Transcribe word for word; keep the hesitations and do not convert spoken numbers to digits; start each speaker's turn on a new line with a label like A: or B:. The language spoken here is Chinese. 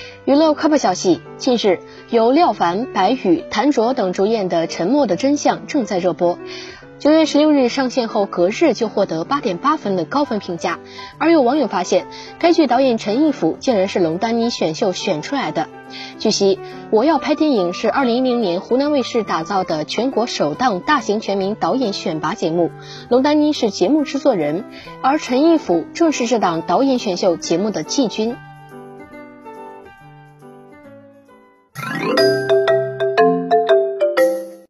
A: 娱乐快报消息，近日由廖凡、白宇、谭卓等主演的《沉默的真相》正在热播。九月十六日上线后，隔日就获得 八点八 分的高分评价。而有网友发现，该剧导演陈义甫竟然是龙丹妮选秀选出来的。据悉，我要拍电影是二零一零年湖南卫视打造的全国首档大型全民导演选拔节目，龙丹妮是节目制作人，而陈义甫正是这档导演选秀节目的季军。